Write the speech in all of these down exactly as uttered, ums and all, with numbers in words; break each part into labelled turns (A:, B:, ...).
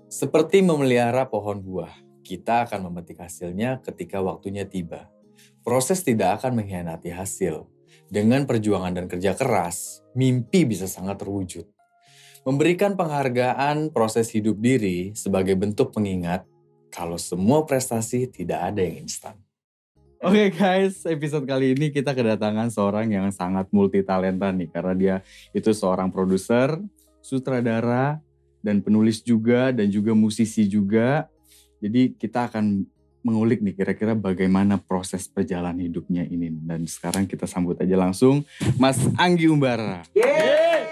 A: Seperti memelihara pohon buah, kita akan memetik hasilnya ketika waktunya tiba. Proses tidak akan mengkhianati hasil. Dengan perjuangan dan kerja keras, mimpi bisa sangat terwujud. Memberikan penghargaan proses hidup diri sebagai bentuk pengingat kalau semua prestasi tidak ada yang instan. Oke okay guys, episode kali ini kita kedatangan seorang yang sangat multi talenta nih. Karena dia itu seorang produser, sutradara, dan penulis juga, dan juga musisi juga. Jadi kita akan mengulik nih kira-kira bagaimana proses perjalanan hidupnya ini. Dan sekarang kita sambut aja langsung Mas Anggi Umbara.
B: Yeay!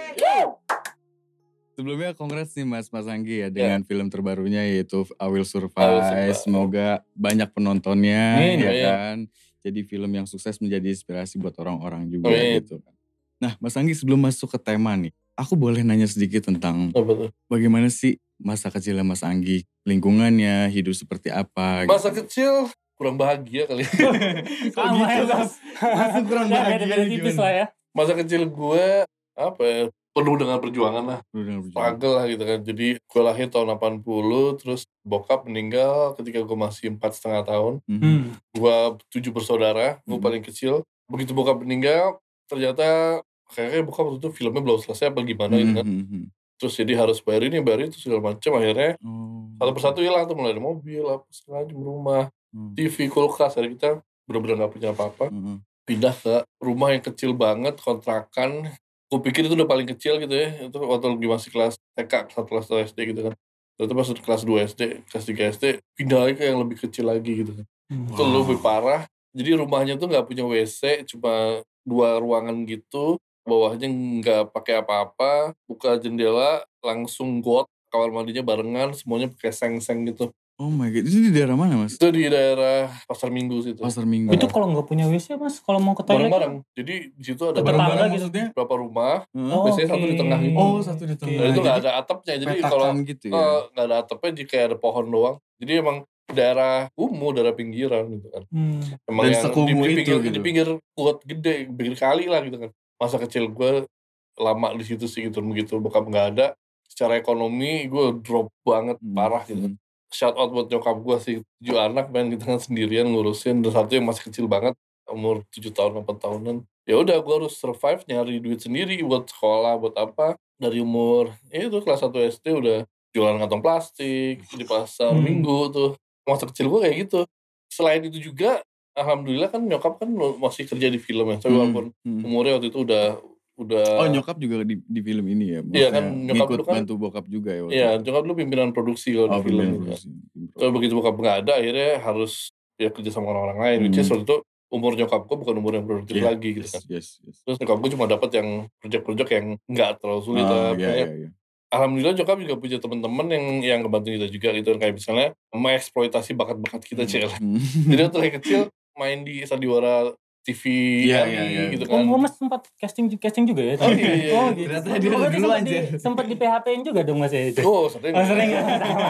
A: Sebelumnya congrats nih Mas Mas Anggi ya dengan yeah. film terbarunya yaitu I Will Survive.
B: I Will Survive.
A: Semoga banyak penontonnya
B: Amin,
A: ya
B: amin.
A: kan. Jadi film yang sukses menjadi inspirasi buat orang-orang juga
B: Amin.
A: gitu kan. Nah Mas Anggi sebelum masuk ke tema nih, aku boleh nanya sedikit tentang
B: Apa tuh?
A: bagaimana sih masa kecilnya Mas Anggi, lingkungannya, hidup seperti apa
B: Masa
A: gitu.
B: kecil kurang bahagia kali.
A: Kok gitu Mas? Masih kurang
C: Ya,
A: bahagia
C: beda-beda tipis lah ya.
B: Masa kecil gue apa ya, penuh dengan perjuangan lah.
A: Penuh dengan perjuangan.
B: Struggle lah gitu kan. Jadi gue lahir tahun delapan puluh, terus bokap meninggal ketika gue masih empat setengah tahun.
A: Mhm.
B: Gue tujuh bersaudara, gue
A: Mhm.
B: paling kecil. Begitu bokap meninggal, ternyata kayaknya bokap waktu itu filmnya belum selesai apa gimana gitu kan.
A: Mhm.
B: Terus jadi harus bayar ini, bayar itu segala macam. Akhirnya
A: Oh.
B: satu persatu hilang tuh, mulai ada mobil, apa segala macam, rumah,
A: Hmm.
B: T V, kulkas. Jadi kita benar-benar gak punya apa-apa.
A: Mhm.
B: Pindah ke rumah yang kecil banget, kontrakan. Gue pikir itu udah paling kecil gitu ya. Itu waktu lagi masih kelas T K, satu kelas satu S D gitu kan. Terus pas kelas dua S D, kelas tiga S D, pindah lagi ke yang lebih kecil lagi gitu kan. Itu
A: Wow.
B: lebih parah. Jadi rumahnya tuh gak punya W C, cuma dua ruangan gitu. Bawahnya gak pakai apa-apa. Buka jendela, langsung got. Kamar mandinya barengan, semuanya pakai seng-seng gitu.
A: Oh my god, itu di daerah mana Mas?
B: Itu di daerah Pasar Minggu situ.
A: Pasar Minggu.
C: Itu kalau nggak punya W C Mas, kalau mau ke toilet
B: Bareng-bareng. Jadi di situ ada
C: Tetangga
B: bareng-bareng
C: gitu.
A: maksudnya?
B: beberapa rumah.
A: Heeh.
C: Oh,
B: Biasanya satu
C: oke.
B: di tengah gitu.
A: Oh, satu di tengah.
B: Dan itu nggak
A: Jadi
B: ada atapnya. Jadi
A: petakan
B: kalau
A: gitu ya.
B: eh, nggak ada atapnya, jadi kayak ada pohon doang. Jadi emang daerah kumuh, daerah pinggiran gitu kan.
C: Hmm.
B: Emang
A: Dan
B: yang di,
A: sekumuh
B: di
A: itu
B: pinggir,
A: gitu.
B: di pinggir got gede, pinggir kali lah gitu kan. Masa kecil gue lama di situ sih gitu. Begitu bokap nggak ada, secara ekonomi gue drop banget,
A: Hmm.
B: parah gitu kan.
A: Hmm.
B: Shout out buat nyokap gue sih, tujuh anak main kita kan sendirian ngurusin, dan satu yang masih kecil banget, umur tujuh tahun, delapan tahunan. Ya udah gue harus survive, nyari duit sendiri buat sekolah, buat apa. Dari umur, ya itu kelas satu S D udah jualan kantong plastik, di pasar
C: Hmm.
B: Minggu tuh. Masa kecil gue kayak gitu. Selain itu juga, alhamdulillah kan nyokap kan masih kerja di film ya, tapi
A: Hmm.
B: walaupun
A: Hmm.
B: umurnya waktu itu udah udah
A: Oh nyokap juga di, di film ini ya?
B: Iya kan,
A: Maksudnya
B: nyokap
A: ngikut
B: dulu kan-
A: bantu bokap juga ya? waktu
B: Iya,
A: itu?
B: nyokap dulu pimpinan produksi kalau
A: Oh,
B: di film
A: pimpinan
B: gitu kan.
A: produksi.
B: Terus begitu bokap nggak ada, akhirnya harus ya kerja sama orang-orang lain. Which is
A: Hmm.
B: waktu itu umur nyokap gue bukan umur yang produktif
A: Iya,
B: lagi gitu
A: yes,
B: kan.
A: yes, yes.
B: Terus nyokap gue cuma dapat yang project-project yang nggak terlalu sulit
A: Oh,
B: lah.
A: iya,
B: Pokoknya
A: iya, iya.
B: alhamdulillah nyokap juga punya teman-teman yang yang ngebantu kita juga gitu. Kayak misalnya mengeksploitasi bakat-bakat kita, Cel.
A: Hmm.
B: Jadi waktu dari kecil main di Sandiwara T V
A: Iya,
B: R I
A: iya, iya.
B: gitu
C: Oh,
B: kan.
C: oh, Mas sempat casting casting juga ya?
B: Oh, iya, iya.
C: Oh, gitu.
A: Ternyata
C: Oh,
A: dia
C: berarti
A: dulu
C: sempat
A: anjir.
C: di, sempat di P H P-in juga dong Mas ya itu?
B: Oh, sering.
C: Oh, sering ya?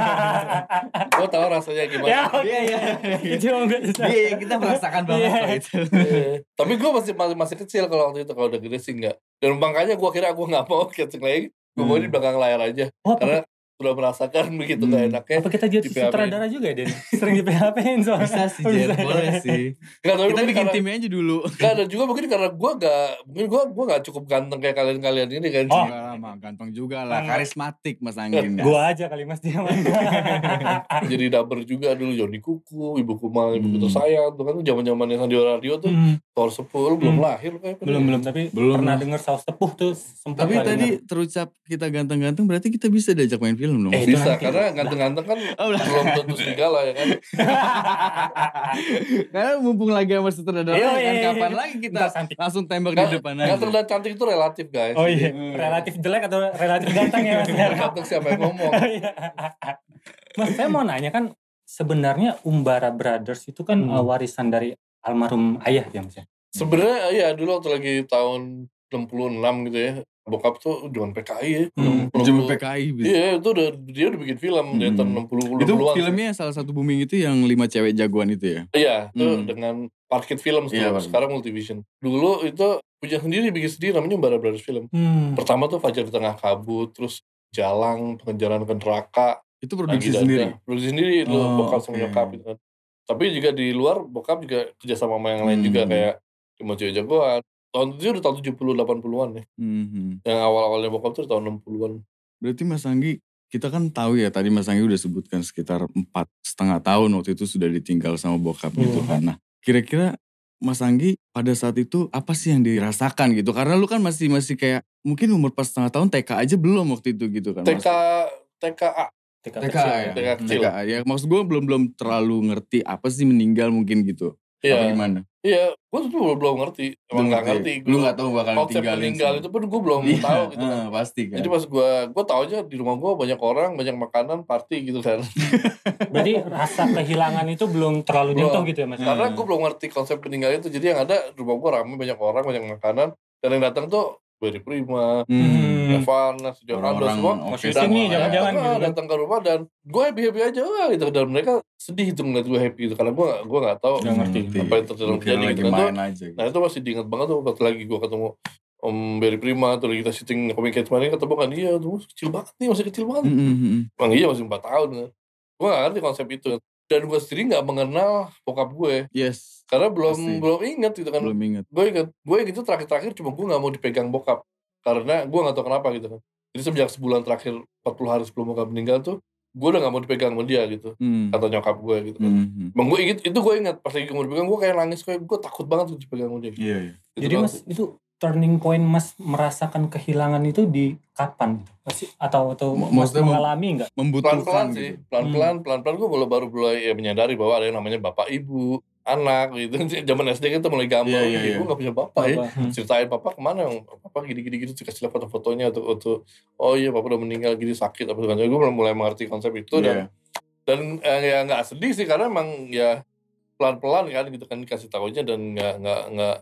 B: Gue tahu rasanya gimana.
C: Ya, oke.
A: Iya, iya.
C: Cuma gue
A: Iya, kita merasakan banget
C: Iya.
A: kok itu.
B: Eh, tapi gue masih, masih masih kecil kalau waktu itu, kalau udah gede sih enggak. Dan makanya gue kira gue nggak mau casting lagi, gue mau di
A: Hmm.
B: belakang layar aja.
C: Oh, apa,
B: Karena sudah merasakan begitu nggak
A: Hmm.
B: enaknya.
C: apa kita jadi
B: di P H P-in.
C: sutradara juga Den? Sering di P H P-in soalnya.
A: Bisa sih,
C: Oh,
A: Jen.
C: bisa.
A: Boleh sih.
B: Nggak, tapi
A: Kita
B: mungkin
A: bikin
B: karena,
A: timnya aja dulu.
B: nggak, dan juga mungkin karena gue gak, mungkin gue gue nggak cukup ganteng kayak kalian-kalian ini kan.
C: Oh.
A: Enggak lama, ganteng juga lah.
C: Enggak.
A: Karismatik Mas Anggin.
C: Gua aja kali Mas dia.
B: Jadi dubber juga dulu, Joni Kuku, Ibu Kumal, Ibu
A: Hmm.
B: Kutu Sayang, tuh kan zaman-zamannya Sandiwara Radio tuh,
C: Hmm,
B: tahun sepuluh belum
C: Hmm.
B: lahir kayak.
C: belum belum tapi
A: Belum
C: pernah
A: lah.
C: dengar saus tepuh tuh sempat
A: Tapi
C: pernah
A: tadi
C: denger.
A: terucap kita ganteng-ganteng, berarti kita bisa diajak main film dong.
C: Eh, itu
B: Bisa,
C: nanti.
B: karena ganteng-ganteng kan
A: Oh, udah.
B: belum tentu serigala ya kan.
A: Karena mumpung lagi sama sutradara
C: Iya,
A: kan,
C: iya, iya.
A: kapan lagi kita
C: Ntar cantik.
A: langsung tembak
B: Gak-
A: di depan aja.
B: Ganteng dan cantik itu relatif guys.
C: Oh iya,
A: Hmm.
C: relatif jelek atau relatif ganteng ya Mas?
B: Tergantung siapa yang ngomong.
C: Oh, iya. Mas, saya mau nanya kan sebenarnya Umbara Brothers itu kan
B: Hmm.
C: uh, warisan dari almarhum ayah ya Mas ya?
B: Sebenarnya ya dulu waktu lagi tahun enam puluh enam gitu ya, bokap tuh dengan P K I ya.
C: Hmm.
B: enam puluh
A: Zaman P K I bisa.
B: Iya, itu udah dia udah bikin film dari
A: Hmm.
B: tahun enam puluh
A: Itu
B: enam puluhan.
A: filmnya salah satu booming itu yang lima cewek jagoan itu ya?
B: Iya, itu
A: Hmm.
B: dengan Parkit Films tuh,
A: Iya, Parkit.
B: sekarang Multivision. Dulu itu punya sendiri, bikin sendiri, namanya Umbara Brothers Film.
C: Hmm.
B: Pertama tuh Fajar di Tengah Kabut, terus Jalang, Pengejaran ke Neraka,
A: Itu produksi
B: Lagi
A: sendiri?
B: dada. Produksi sendiri itu
A: Oh,
B: bokap sama
A: oke.
B: nyokap gitu kan. Tapi juga di luar bokap juga kerja sama sama yang lain juga
A: Mhm.
B: kayak Lima Cewek Jagoan. Tahun itu udah tahun tujuh puluh delapan puluhan ya.
A: Mhm.
B: Yang awal-awalnya bokap tuh tahun enam puluhan.
A: Berarti Mas Anggi, kita kan tahu ya tadi Mas Anggi udah sebutkan sekitar empat setengah tahun waktu itu sudah ditinggal sama bokap gitu
C: Hmm.
A: kan. Nah, kira-kira Mas Anggi pada saat itu apa sih yang dirasakan gitu? Karena lu kan masih masih kayak mungkin umur empat setengah tahun T K aja belum waktu itu gitu kan
B: T
A: Mas?
B: K T K A.
C: T K
A: T K
C: kecil
A: A
C: ya.
A: ya?
B: T K kecil.
A: T K A ya. Maksud gue belum belum terlalu ngerti apa sih meninggal mungkin gitu. Apa
B: Iya.
A: gimana?
B: Iya, gue tuh belum belum ngerti.
A: Belum
B: Emang nggak
A: ngerti.
B: ngerti.
A: Lu
B: Gua
A: nggak tahu bakal
B: konsep
A: ditinggalin
B: meninggal
A: sama-
B: itu pun gue belum
A: Iya,
B: tahu gitu kan.
A: eh, pasti kan.
B: Jadi pas gue gue tau aja di rumah gue banyak orang, banyak makanan, party gitu kan.
C: Berarti rasa kehilangan itu belum terlalu
B: Belum.
C: nyentuh gitu ya Mas?
B: Karena
A: Hmm.
B: gue belum ngerti konsep meninggal itu. Jadi yang ada rumah gue rame, banyak orang, banyak makanan. Dan yang datang tuh Berry Prima,
A: Hmm.
B: Evan, Sujamando,
A: Orang-orang
B: semua.
A: oke
C: Musisi
A: semua
C: nih,
A: ya.
C: jangan-jangan
B: Ah,
C: gitu kan.
B: datang ke rumah dan gue happy-happy aja wah, gitu. Dan mereka sedih tuh ngeliat gue happy gitu. Karena gue gue gak tahu
C: Nggak ngerti.
B: apa yang terjadi
A: Lu kira
B: gitu.
A: lagi
B: Nah, itu-
A: main aja gitu.
B: Nah itu masih diingat banget tuh pas lagi gue ketemu Om Berry Prima. Terus kita syuting Komik kemarin ketemu kan. Iya tuh kecil banget nih, masih kecil banget.
A: Mm, mm, mm.
B: Emang iya masih empat tahun kan. Gue gak ngerti konsep itu. Dan gue sendiri gak mengenal bokap gue.
A: Yes,
B: Karena belum
A: Pasti.
B: belum inget gitu kan.
A: belum ingat.
B: Gue inget, gue inget itu terakhir-terakhir cuma gue gak mau dipegang bokap. Karena gue gak tahu kenapa gitu kan. Jadi sejak sebulan terakhir empat puluh hari sebelum bokap meninggal tuh, gue udah gak mau dipegang sama dia gitu.
A: Hmm.
B: Kata nyokap gue gitu kan.
A: Hmm.
B: Emang gue inget, itu gue inget. Pas lagi gue mau dipegang, gue kayak nangis. Kayak gue takut banget tuh dipegang sama dia. Gitu.
A: Iya, iya.
B: Gitu
C: Jadi
B: kan.
C: Mas itu turning point Mas merasakan kehilangan itu di kapan? Masih- Atau atau
A: M-
C: Mas
A: maksudnya mem-
C: mengalami nggak?
A: Membutuhkan
B: Pelan-pelan sih.
A: gitu.
B: Pelan-pelan, pelan-pelan gue baru, baru mulai ya, menyadari bahwa ada yang namanya bapak ibu, anak gitu. Zaman S D kita mulai gambar.
A: Iya, iya,
B: Iya,
A: iya.
B: gue gak punya bapak ya.
C: Bapak. Hmm.
B: Ceritain papa kemana yang papa gini-gini gitu dikasih lihat foto-fotonya atau atau oh iya papa udah meninggal gini sakit apa segala macam. Gue mulai mengerti konsep itu dan
A: Iya.
B: dan eh, ya nggak sedih sih karena emang ya pelan-pelan kan gitu kan dikasih tahunya dan nggak nggak nggak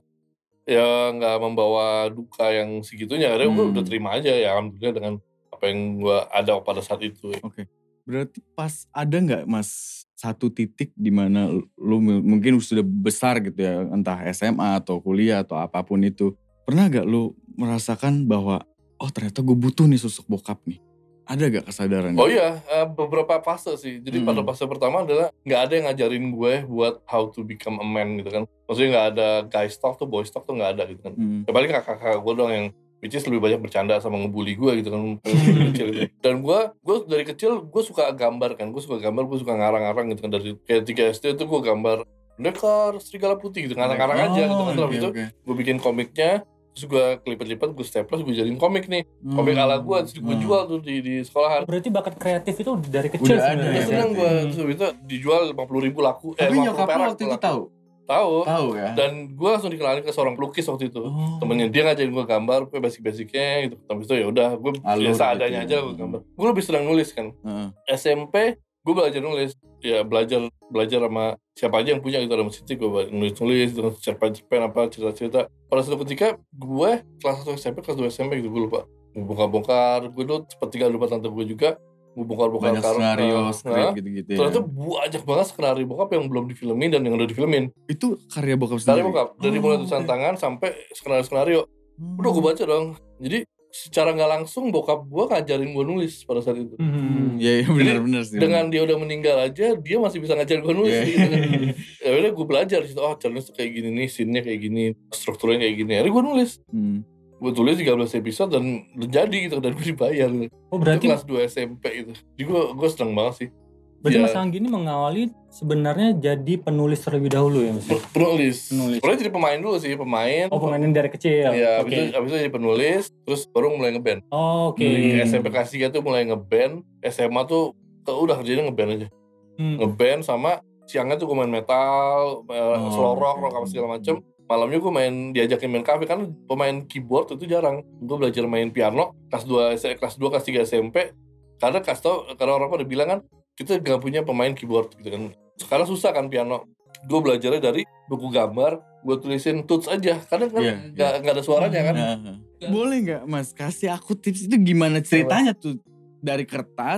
B: ya nggak membawa duka yang segitunya. Akhirnya gue
A: Hmm.
B: udah terima aja ya alhamdulillah dengan apa yang gue ada pada saat itu. Ya.
A: Oke. Berarti pas ada nggak Mas satu titik di mana lu m- mungkin sudah besar gitu ya, entah S M A atau kuliah atau apapun itu. Pernah gak lu merasakan bahwa oh ternyata gue butuh nih sosok bokap nih? Ada gak kesadaran?
B: Oh iya, eh, beberapa fase sih. Jadi
A: Hmm.
B: pada fase pertama adalah nggak ada yang ngajarin gue buat how to become a man gitu kan. Maksudnya nggak ada guys talk tuh, boys talk tuh nggak ada gitu kan.
A: Hmm.
B: Ya paling kakak-kakak gue doang yang which is lebih banyak bercanda sama ngebully gue gitu kan. Dari kecil gitu. Dan gue, gue dari kecil gue suka gambar kan. Gue suka gambar, gue suka ngarang-ngarang gitu kan. Dari kayak tiga S D tuh gue gambar pendekar, serigala putih gitu. Ngarang-ngarang aja gitu kan. Terus
A: oke,
B: itu
A: oke.
B: gue bikin komiknya. Terus gue kelipet-lipet, gue staples, gue jadiin komik nih. Komik ala gue, terus gue
A: Hmm.
B: jual tuh di, di sekolahan.
C: Berarti bakat kreatif itu dari kecil
A: Udah ada
C: sebenarnya.
B: Ya
A: ya,
B: seneng gue,
A: berarti.
B: terus itu dijual lima puluh ribu laku. Eh,
A: Tapi
B: lima puluh
A: nyokap lu
B: perak
A: waktu itu
B: laku.
A: tahu?
B: Tahu.
A: Tahu ya?
B: Dan gue langsung dikenalin ke seorang pelukis waktu itu.
A: Oh.
B: Temennya dia ngajarin gue gambar, gue basic-basicnya gitu. Habis itu ya udah, gue
A: Alur
B: biasa
A: gitu
B: adanya
A: ya.
B: aja gue gambar. Gue lebih senang nulis kan.
A: Heeh.
B: S M P gue belajar nulis. Ya belajar belajar sama siapa aja yang punya gitu, ada mesin gue nulis-nulis dengan cerpen-cerpen apa cerita-cerita. Pada suatu ketika gue kelas satu S M P, kelas dua S M P gitu gue lupa. Gue bongkar-bongkar, gue tuh sempat tinggal di rumah tante gue juga. Gue bongkar-bongkar
A: Banyak
B: kartu.
A: skenario,
B: Nah,
A: skrip gitu-gitu ya.
B: ternyata banyak banget skenario bokap yang belum difilmin dan yang udah difilmin.
A: Itu karya bokap
B: Skenario
A: sendiri?
B: bokap, dari
A: Oh,
B: mulai tulisan
A: oke.
B: tangan sampai skenario-skenario.
A: Hmm.
B: Udah gue baca dong. Jadi secara nggak langsung bokap gue ngajarin gue nulis pada saat itu.
C: Hmm.
A: Hmm, iya, iya, benar-benar sih.
B: Dengan dia udah meninggal aja, dia masih bisa ngajarin gue nulis.
A: Iya.
B: Gitu kan. Ya udah gue belajar di situ. Oh, cara nulis tuh kayak gini nih, scene-nya kayak gini, strukturnya kayak gini. Akhirnya gue nulis.
A: Hmm.
B: Gue tulis tiga belas episode dan udah jadi gitu dan gue dibayar.
C: Oh
B: Itu
C: berarti
B: kelas dua S M P itu. Jadi gue gue seneng banget sih.
C: berarti
B: Ya.
C: Mas Anggi ini mengawali sebenarnya jadi penulis terlebih dahulu ya Mas?
B: Pen- Penulis.
C: Penulis.
B: Sebenarnya jadi pemain dulu sih, pemain.
C: Oh pemainin dari kecil.
B: Iya,
C: Oke.
B: abis, itu, abis itu jadi penulis, terus baru mulai ngeband.
C: Oh, Oke.
B: Dari S M P kelas tiga tuh mulai ngeband, S M A tuh ke, udah kerjanya ngeband aja.
C: Hmm.
B: Ngeband sama siangnya tuh gue main metal, eh,
A: Oh,
B: slow rock,
A: oke.
B: rock apa segala macem. Malamnya gue main diajakin main kafe kan pemain keyboard itu jarang. Gue belajar main piano kelas dua, kelas dua, kelas tiga S M P. Karena kasih tau, karena orang pada bilang kan kita gak punya pemain keyboard gitu kan. Sekarang susah kan piano. Gue belajarnya dari buku gambar, gue tulisin tuts aja. Karena kan
A: Iya,
B: gak, gak ada suaranya kan.
A: Nah, boleh nggak Mas kasih aku tips itu gimana ceritanya tuh dari kertas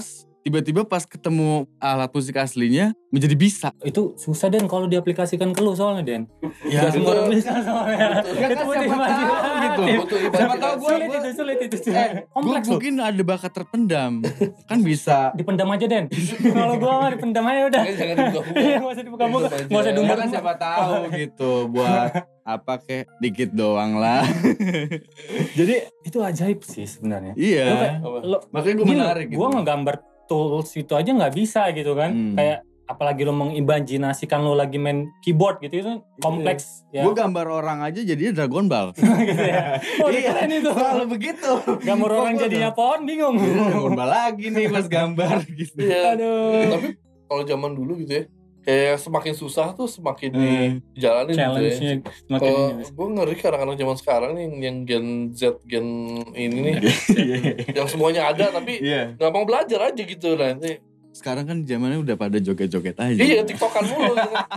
A: tiba-tiba pas ketemu alat musik aslinya menjadi bisa.
C: Itu susah Den kalau diaplikasikan ke lu soalnya Den.
A: Ya,
C: Gak semua orang bisa soalnya.
A: Ya kan
C: Itu
A: siapa
C: motivasi
A: tahu
C: banget.
A: gitu.
B: Butuh
A: Siapa
B: imajinasi.
A: tahu gue
C: Sulit itu, sulit itu.
A: Eh, gue
C: Kompleks loh.
A: mungkin ada bakat terpendam. Kan bisa.
C: Dipendam aja Den. Kalau gua mah dipendam aja udah.
B: Makanya jangan dibuka-buka.
C: Iya, nggak usah dibuka-buka.
B: Pendam aja.
C: Nggak usah
A: Ya
C: diumbar.
A: kan siapa tahu gitu buat apa kek dikit doang lah.
C: Jadi itu ajaib sih sebenarnya.
A: Iya.
C: Lo kayak,
B: Apa?
C: lo,
A: Makanya gue
C: gini,
A: menarik gitu.
C: Gue ngegambar tools itu aja nggak bisa gitu kan.
A: Hmm.
C: Kayak apalagi lo mengimajinasikan lo lagi main keyboard gitu itu kompleks ya.
A: Gue gambar orang aja jadinya Dragon Ball.
C: gitu ya. Oh,
A: Iya,
C: keren itu.
A: selalu begitu.
C: Gambar
A: Kok
C: orang
A: gua
C: jadinya
A: tuh,
C: pohon bingung.
A: Dragon Ball lagi nih pas gambar gitu.
B: Iya.
C: Aduh.
B: Tapi kalau zaman dulu gitu ya, kayak semakin susah tuh semakin
A: Hmm.
B: dijalanin gitu ya.
C: Challenge-nya semakin
B: Kalau
C: ini.
B: gue ngeri kadang-kadang zaman sekarang nih yang Gen Z, Gen ini nih, yang semuanya ada tapi
A: Iya.
B: nggak mau belajar aja gitu nanti.
A: Sekarang kan zamannya udah pada joget-joget aja.
B: Iya, tiktokan mulu. Gitu kan.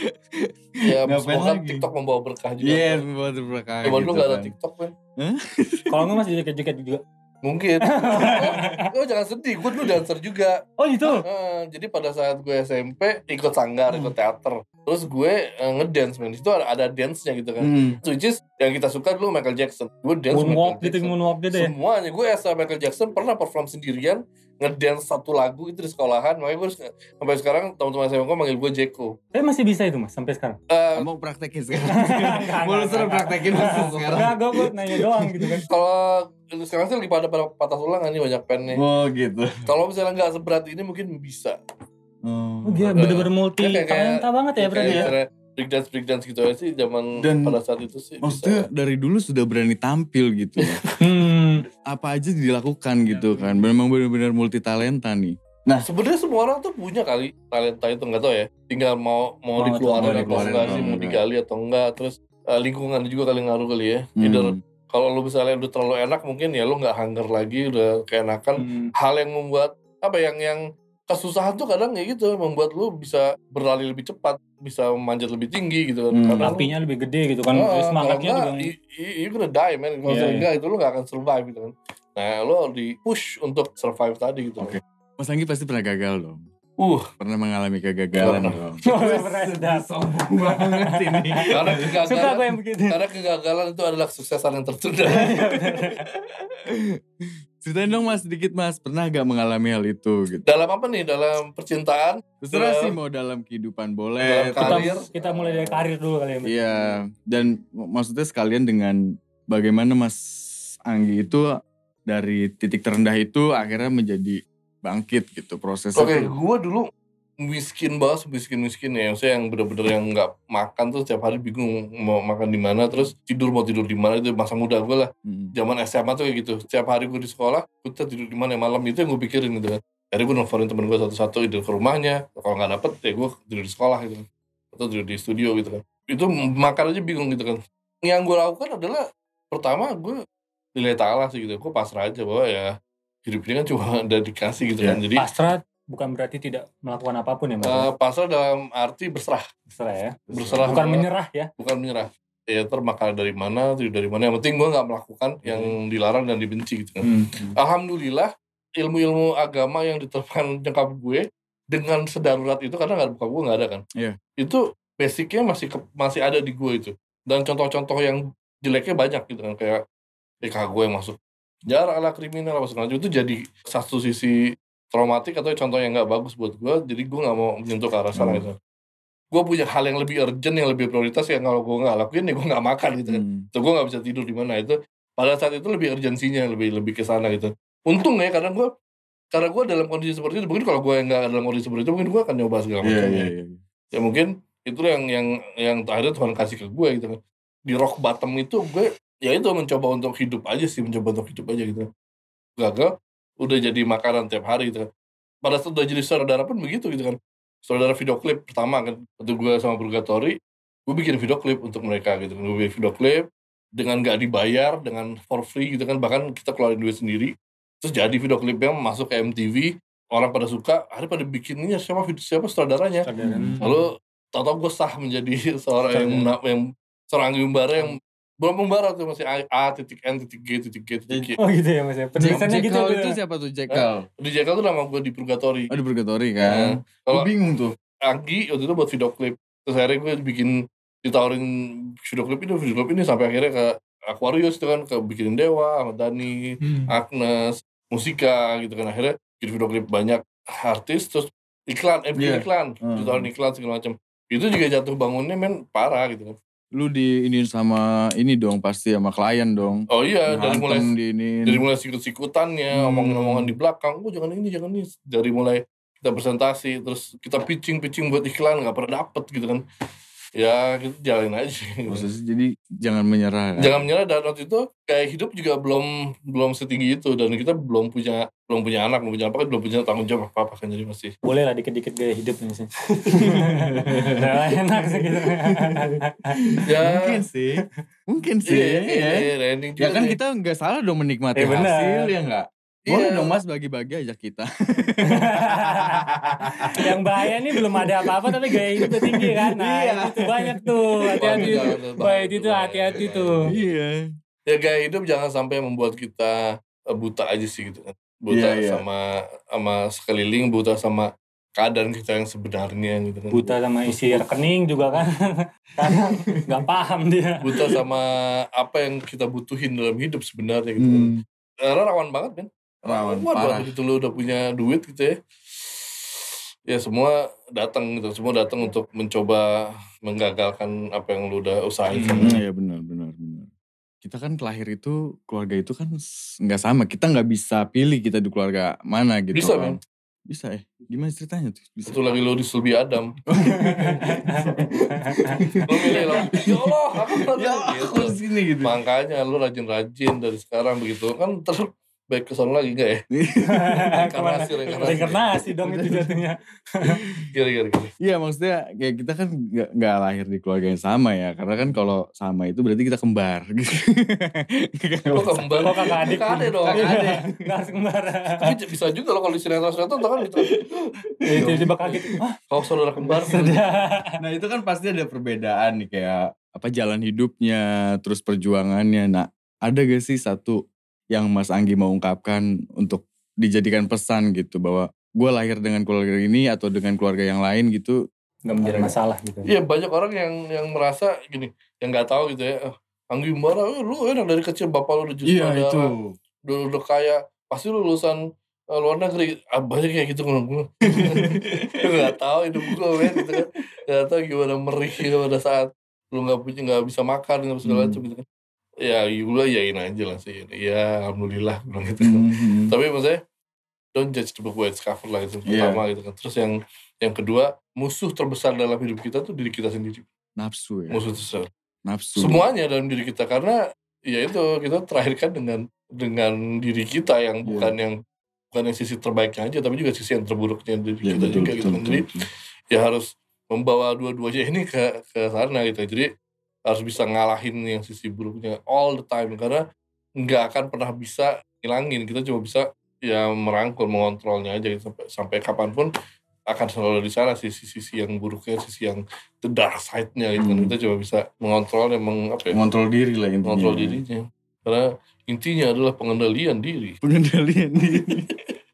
B: Ya,
A: Ngapain
B: semoga
A: lagi?
B: TikTok membawa berkah juga.
A: Iya, buat berkah
B: Zaman
A: gitu
B: dulu nggak ada
A: kan.
B: TikTok kan?
C: Kalau nggak masih joget-joget juga.
B: Mungkin. oh, oh, jangan sedih, gue dulu dancer juga.
C: Oh itu.
B: Nah, jadi pada saat gue S M P ikut sanggar, ikut teater. Terus gue uh, ngedance man. Itu ada, ada dance-nya gitu kan.
A: Hmm.
B: Which is yang kita suka dulu Michael Jackson. Gue dance
C: Moonwalk
B: Michael
C: gitu,
B: Jackson.
C: moonwalk gitu ya.
B: Semuanya. Gue as Michael Jackson pernah perform sendirian. Ngedance satu lagu itu di sekolahan. Makanya gue sampai sekarang teman-teman S M P gue manggil gue Jeko.
C: Tapi masih bisa itu mas sampai sekarang.
B: Uh,
A: Mau praktekin sekarang.
C: Enggak,
A: Mau lu
C: enggak,
A: suruh
C: enggak.
A: praktekin masih sekarang.
C: Enggak, gue gue nanya doang gitu kan.
B: Kalau sekarang sih lagi pada pada patah tulang kan nih banyak pen nih.
A: Oh gitu.
B: Kalau misalnya nggak seberat ini mungkin bisa.
A: Oh.
C: Oh, dia bener-bener multi
B: Ya, kayak-
C: talenta banget ya berarti ya.
B: Kayak breakdance breakdance gitu aja sih zaman
A: Dan
B: pada saat itu sih
A: Maksudnya
B: bisa.
A: dari dulu sudah berani tampil gitu.
C: Hmm.
A: Apa aja dilakukan gitu kan. Memang benar-benar multi talenta nih.
B: Sebenarnya semua orang tuh punya kali talenta itu, nggak tahu ya. Tinggal mau mau
C: Mau
B: dikeluarin
A: mau
B: atau
A: dikeluarin
B: enggak
A: atau
B: sih, mau
A: enggak.
B: digali atau enggak. Terus eh, lingkungan juga kali ngaruh kali ya. Either
A: Hmm.
B: kalau lu misalnya udah terlalu enak mungkin ya lu nggak hunger lagi, udah keenakan.
C: Hmm.
B: Hal yang membuat apa yang yang kesusahan tuh kadang kayak gitu membuat lu bisa berlari lebih cepat, bisa memanjat lebih tinggi gitu kan.
A: Hmm.
B: Karena lu-
C: Apinya lebih gede gitu kan.
B: Ah,
C: Terus
B: kalau
C: semangatnya
B: enggak,
C: juga.
B: you, you- you gonna die man. Kalau
C: Iya,
B: misalnya
C: iya.
B: enggak itu lu gak akan survive gitu kan. Nah lu di push untuk survive tadi gitu.
A: Oke. Mas Anggi pasti pernah gagal dong.
B: Uh,
A: Pernah mengalami kegagalan
B: Pernah.
A: dong.
C: Oh, pernah sudah.
A: Sombong banget ini.
B: karena
C: Suka
B: kegagalan,
C: gue yang begitu.
B: karena kegagalan itu adalah kesuksesan yang tertunda.
A: Ceritain dong mas sedikit mas. Pernah gak mengalami hal itu gitu.
B: Dalam apa nih? Dalam percintaan,
A: Terserah
B: Dalam-
A: sih mau dalam kehidupan boleh.
B: Dalam
C: Kita,
B: karir.
C: kita mulai dari karir dulu kali ya. Mas.
A: Iya, dan mak- maksudnya sekalian dengan bagaimana Mas Anggi itu dari titik terendah itu akhirnya menjadi bangkit gitu prosesnya.
B: Oke,
A: tuh.
B: gue dulu miskin banget, miskin-miskin ya. Maksudnya yang bener-bener yang nggak makan tuh setiap hari bingung mau makan di mana, terus tidur mau tidur di mana, itu masa muda gue lah.
A: Mm.
B: Zaman S M A tuh kayak gitu. Setiap hari gue di sekolah, gue tuh tidur di mana malam itu yang gue pikirin gitu kan. Jadi gue nelfonin temen gue satu-satu tidur ke rumahnya. Kalau nggak dapet ya gue tidur di sekolah gitu kan. Atau tidur di studio gitu kan. Itu makan aja bingung gitu kan. Yang gue lakukan adalah pertama gue nilai ta'ala sih gitu. Gue pasrah aja bahwa ya hidup ini kan cuma ada dikasih gitu kan. Jadi
C: Pasrah bukan berarti tidak melakukan apapun ya mas.
B: eh, pasrah dalam arti berserah.
C: Berserah ya.
B: Berserah.
C: Bukan
B: bahwa-
C: menyerah ya.
B: bukan menyerah. Ya ntar makan dari mana, tidur dari mana. Yang penting gue nggak melakukan yang dilarang dan dibenci gitu kan.
C: Hmm.
B: Alhamdulillah ilmu-ilmu agama yang diterapkan nyokap gue dengan sedarurat itu karena nggak buka gue nggak ada kan.
A: Iya.
B: Itu basicnya masih ke- masih ada di gue itu. Dan contoh-contoh yang jeleknya banyak gitu kan, kayak eh kakak gue yang masuk penjara ala kriminal apa segala macam, itu jadi satu sisi traumatik atau contoh yang nggak bagus buat gue. Jadi gue nggak mau menyentuh ke arah sana
A: Hmm.
B: gitu. Gue punya hal yang lebih urgent, yang lebih prioritas, yang kalau gue nggak lakuin ya gue nggak makan gitu kan.
A: Hmm.
B: Tuh gue nggak bisa tidur di mana itu. Pada saat itu lebih urgensinya, lebih lebih ke sana gitu. Untung ya karena gue karena gue dalam kondisi seperti itu, mungkin kalau gue nggak dalam kondisi seperti itu mungkin gue akan nyoba segala
A: Iya,
B: macam.
A: iya,
B: ya.
A: iya.
B: Ya mungkin itu yang yang yang akhirnya Tuhan kasih ke gue gitu kan. Di rock bottom itu gue ya itu mencoba untuk hidup aja sih, mencoba untuk hidup aja gitu. Gagal, udah jadi makanan tiap hari gitu kan. Pada saat udah jadi saudara pun begitu gitu kan. Saudara video klip pertama kan, waktu gue sama Purgatory, gue bikin video klip untuk mereka gitu kan. Gue bikin video klip dengan gak dibayar, dengan for free gitu kan. Bahkan kita keluarin duit sendiri. Terus jadi video klipnya masuk ke M T V, orang pada suka, akhirnya pada bikinnya siapa video siapa saudaranya.
C: Saudaranya.
B: Lalu tau-tau gue sah menjadi seorang yang, yang seorang Anggi Umbara yang Belum membara tuh, masih A, A titik N titik G titik G titik G.
C: Oh gitu ya Mas ya. Penulisannya gitu
A: Jekyll
C: tuh.
A: itu siapa tuh Jekyll?
B: Di Jekyll tuh nama gue di Purgatory.
A: Oh di Purgatory
B: Nah,
A: kan.
B: kalau
A: Gue bingung tuh.
B: Anggi waktu itu buat video klip. Terus akhirnya gue bikin, ditawarin video klip ini, video klip ini sampai akhirnya ke Aquarius itu kan, ke bikinin Dewa, Ahmad Dhani,
C: Hmm.
B: Agnes, Musika gitu kan. Akhirnya bikin video klip banyak artis, terus iklan, eh bikin
A: Iya.
B: iklan,
A: Hmm.
B: ditawarin iklan segala macam. Itu juga jatuh bangunnya men parah gitu kan.
A: Lu di ini sama ini dong pasti sama klien dong.
B: Oh iya, dari mulai
A: Dihantem, diinin.
B: dari mulai sikut-sikutannya,
A: Hmm.
B: omongin-omongan di belakang, oh jangan ini, jangan ini. Dari mulai kita presentasi, terus kita pitching-pitching buat iklan, gak pernah dapet gitu kan. Ya kita jalanin aja gitu.
A: Maksudnya jadi jangan menyerah kan?
B: Jangan menyerah, dan waktu itu kayak hidup juga belum belum setinggi itu, dan kita belum punya belum punya anak, belum punya apa, belum punya tanggung jawab apa-apa kan, jadi masih
C: Boleh lah dikit-dikit gaya hidup nih sih. Udah enak sih gitu.
B: ya
A: Mungkin sih. Mungkin sih.
B: iya,
A: Iya.
B: iya, rending juga
A: Ya kan
B: nih.
A: kita nggak salah dong menikmati
C: Eh, benar.
A: hasil ya nggak? Boleh
B: Iya.
A: dong Mas bagi-bagi ajak kita.
C: Yang bahaya nih belum ada apa-apa tapi gaya hidupnya tinggi kan. Nah
A: Iya.
C: itu banyak tuh. Hati-hati.
B: Waduh, jangan tuh,
C: Wah
B: bahaya
C: itu
B: tuh,
C: tuh
B: bahaya,
C: hati-hati
B: bahaya.
C: tuh.
A: Iya.
B: Ya gaya hidup jangan sampai membuat kita eh, buta aja sih gitu kan. Buta
A: Iya, iya.
B: sama sama sekeliling, buta sama keadaan kita yang sebenarnya gitu kan.
C: Buta sama isi rekening juga kan. Karena gak paham dia.
B: Buta sama apa yang kita butuhin dalam hidup sebenarnya gitu kan.
A: Hmm.
B: Karena rawan banget kan.
A: Rawan,
B: Waduh,
A: parah.
B: begitu lu udah punya duit gitu ya. Ya semua datang gitu, semua datang untuk mencoba menggagalkan apa yang lu udah usahain.
A: Hmm, iya benar benar benar. Kita kan kelahir itu keluarga itu kan s- nggak sama. Kita nggak bisa pilih kita di keluarga mana gitu
B: Bisa,
A: kan.
B: men.
A: Bisa ya. Gimana ceritanya tuh? Bisa.
B: Itu lagi lu di Sulbi Adam. Lu milih lo, ya Allah, aku
A: Ya
B: gitu.
A: aku di sini gitu.
B: Makanya lu rajin-rajin dari sekarang begitu kan, terus baik ke sana lagi enggak ya?
C: Kemana?
B: Reinkarnasi, reinkarnasi.
C: Reinkarnasi dong itu jatuhnya.
B: Kira-kira gitu.
A: Iya maksudnya kayak kita kan nggak nggak lahir di keluarga yang sama ya. Karena kan kalau sama itu berarti kita kembar gitu.
B: Kok kembar?
C: Oh kakak adik.
B: Kakak adik dong.
C: Kakak adik. Gak harus kembar.
B: Tapi bisa juga loh kalau di sinetron-sinetron tuh kan gitu.
C: Ya tiba-tiba kaget. Wah
B: Kau saudara kembar.
A: Nah itu kan pasti ada perbedaan nih kayak apa jalan hidupnya, terus perjuangannya. Nah ada gak sih satu yang Mas Anggi mau ungkapkan untuk dijadikan pesan gitu bahwa gue lahir dengan keluarga ini atau dengan keluarga yang lain gitu.
C: gak menjadi masalah gitu.
B: Iya, banyak orang yang yang merasa gini, yang nggak tahu gitu ya. "Ah, Anggi Umbara, eh, lu enak dari kecil bapak lu udah jadi
A: Iya itu.
B: saudara, udah, udah kaya, pasti lu lulusan eh, luar negeri." Ah, banyak kayak gitu kan gue. Nggak tahu hidup gue men gitu kan. Nggak tahu gimana merih pada saat lu nggak punya, nggak bisa makan nggak segala
A: Hmm.
B: macam gitu kan. Ya, gue yain aja lah sih. Ya, alhamdulillah bilang gitu kan.
A: Hmm.
B: Tapi maksudnya don't judge the book by its cover lah itu
A: Iya.
B: pertama gitu kan. Terus yang yang kedua, musuh terbesar dalam hidup kita tuh diri kita sendiri.
A: Nafsu ya.
B: Musuh terbesar.
A: Nafsu.
B: Semuanya dalam diri kita, karena ya itu kita terahirkan dengan dengan diri kita yang
A: Iya.
B: bukan yang bukan yang sisi terbaiknya aja, tapi juga sisi yang terburuknya diri
A: Iya,
B: kita
A: betul,
B: juga gitu
A: betul,
B: kan.
A: betul,
B: Jadi
A: betul.
B: ya harus membawa dua-duanya ini ke ke sana gitu. Jadi harus bisa ngalahin yang sisi buruknya all the time, karena nggak akan pernah bisa ngilangin. Kita cuma bisa ya merangkul, mengontrolnya aja gitu. sampai sampai kapanpun akan selalu di sana sisi-sisi yang buruknya, sisi yang the dark side-nya gitu kan.
A: Hmm.
B: Kita cuma bisa mengontrol dan meng, apa ya,
A: Mengontrol diri lah intinya.
B: mengontrol dirinya. Karena intinya adalah pengendalian diri.
A: Pengendalian diri.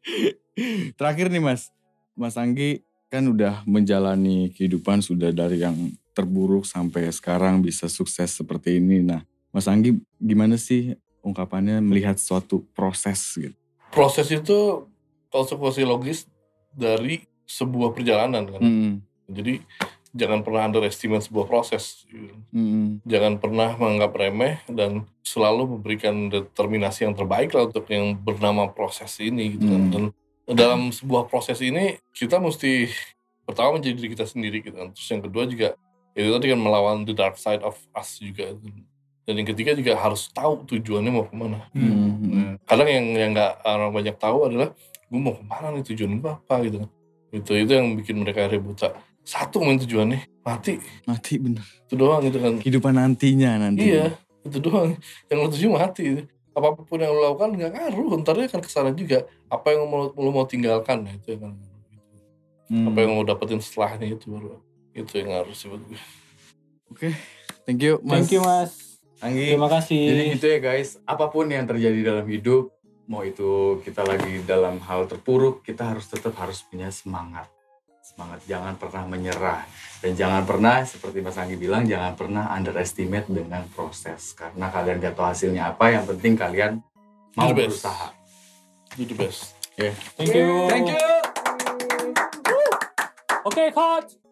A: Terakhir nih Mas. Mas Anggi kan udah menjalani kehidupan sudah dari yang terburuk sampai sekarang bisa sukses seperti ini. Nah Mas Anggi gimana sih ungkapannya melihat suatu proses gitu?
B: Proses itu konsekuensi logis dari sebuah perjalanan kan.
A: Hmm.
B: Jadi jangan pernah underestimate sebuah proses.
A: Hmm.
B: Jangan pernah menganggap remeh dan selalu memberikan determinasi yang terbaik lah untuk yang bernama proses ini gitu kan.
A: Hmm.
B: Dan dalam sebuah proses ini kita mesti pertama menjadi diri kita sendiri gitu kan. Terus yang kedua juga itu tadi kan melawan the dark side of us juga. Dan yang ketiga juga harus tahu tujuannya mau kemana.
A: Hmm.
B: Kadang yang yang nggak orang banyak tahu adalah gue mau kemana nih, tujuan gue apa gitu kan. Itu itu yang bikin mereka akhirnya buta. Satu main tujuannya mati,
A: Mati bener.
B: itu doang gitu kan.
A: Kehidupan nantinya nanti.
B: Iya, itu doang. Yang lo tuju mati. Apapun yang lo lakukan nggak ngaruh, ntar dia akan kesana juga. Apa yang mau, lo mau tinggalkan, nah, itu yang akan ngaruh.
A: Hmm.
B: Apa yang lo dapetin setelahnya itu baru. Itu yang harus sih buat gue.
A: Oke, thank you Mas.
C: Thank you Mas.
A: Anggi.
C: Terima kasih.
A: Jadi gitu ya guys, apapun yang terjadi dalam hidup, mau itu kita lagi dalam hal terpuruk, kita harus tetap harus punya semangat. Semangat, jangan pernah menyerah. Dan jangan pernah, seperti Mas Anggi bilang, jangan pernah underestimate dengan proses. Karena kalian gak tahu hasilnya apa, yang penting kalian mau
B: Do the best.
A: berusaha.
B: Do the best.
A: Yeah.
C: Thank you.
A: Thank you.
C: Oke, okay, cut.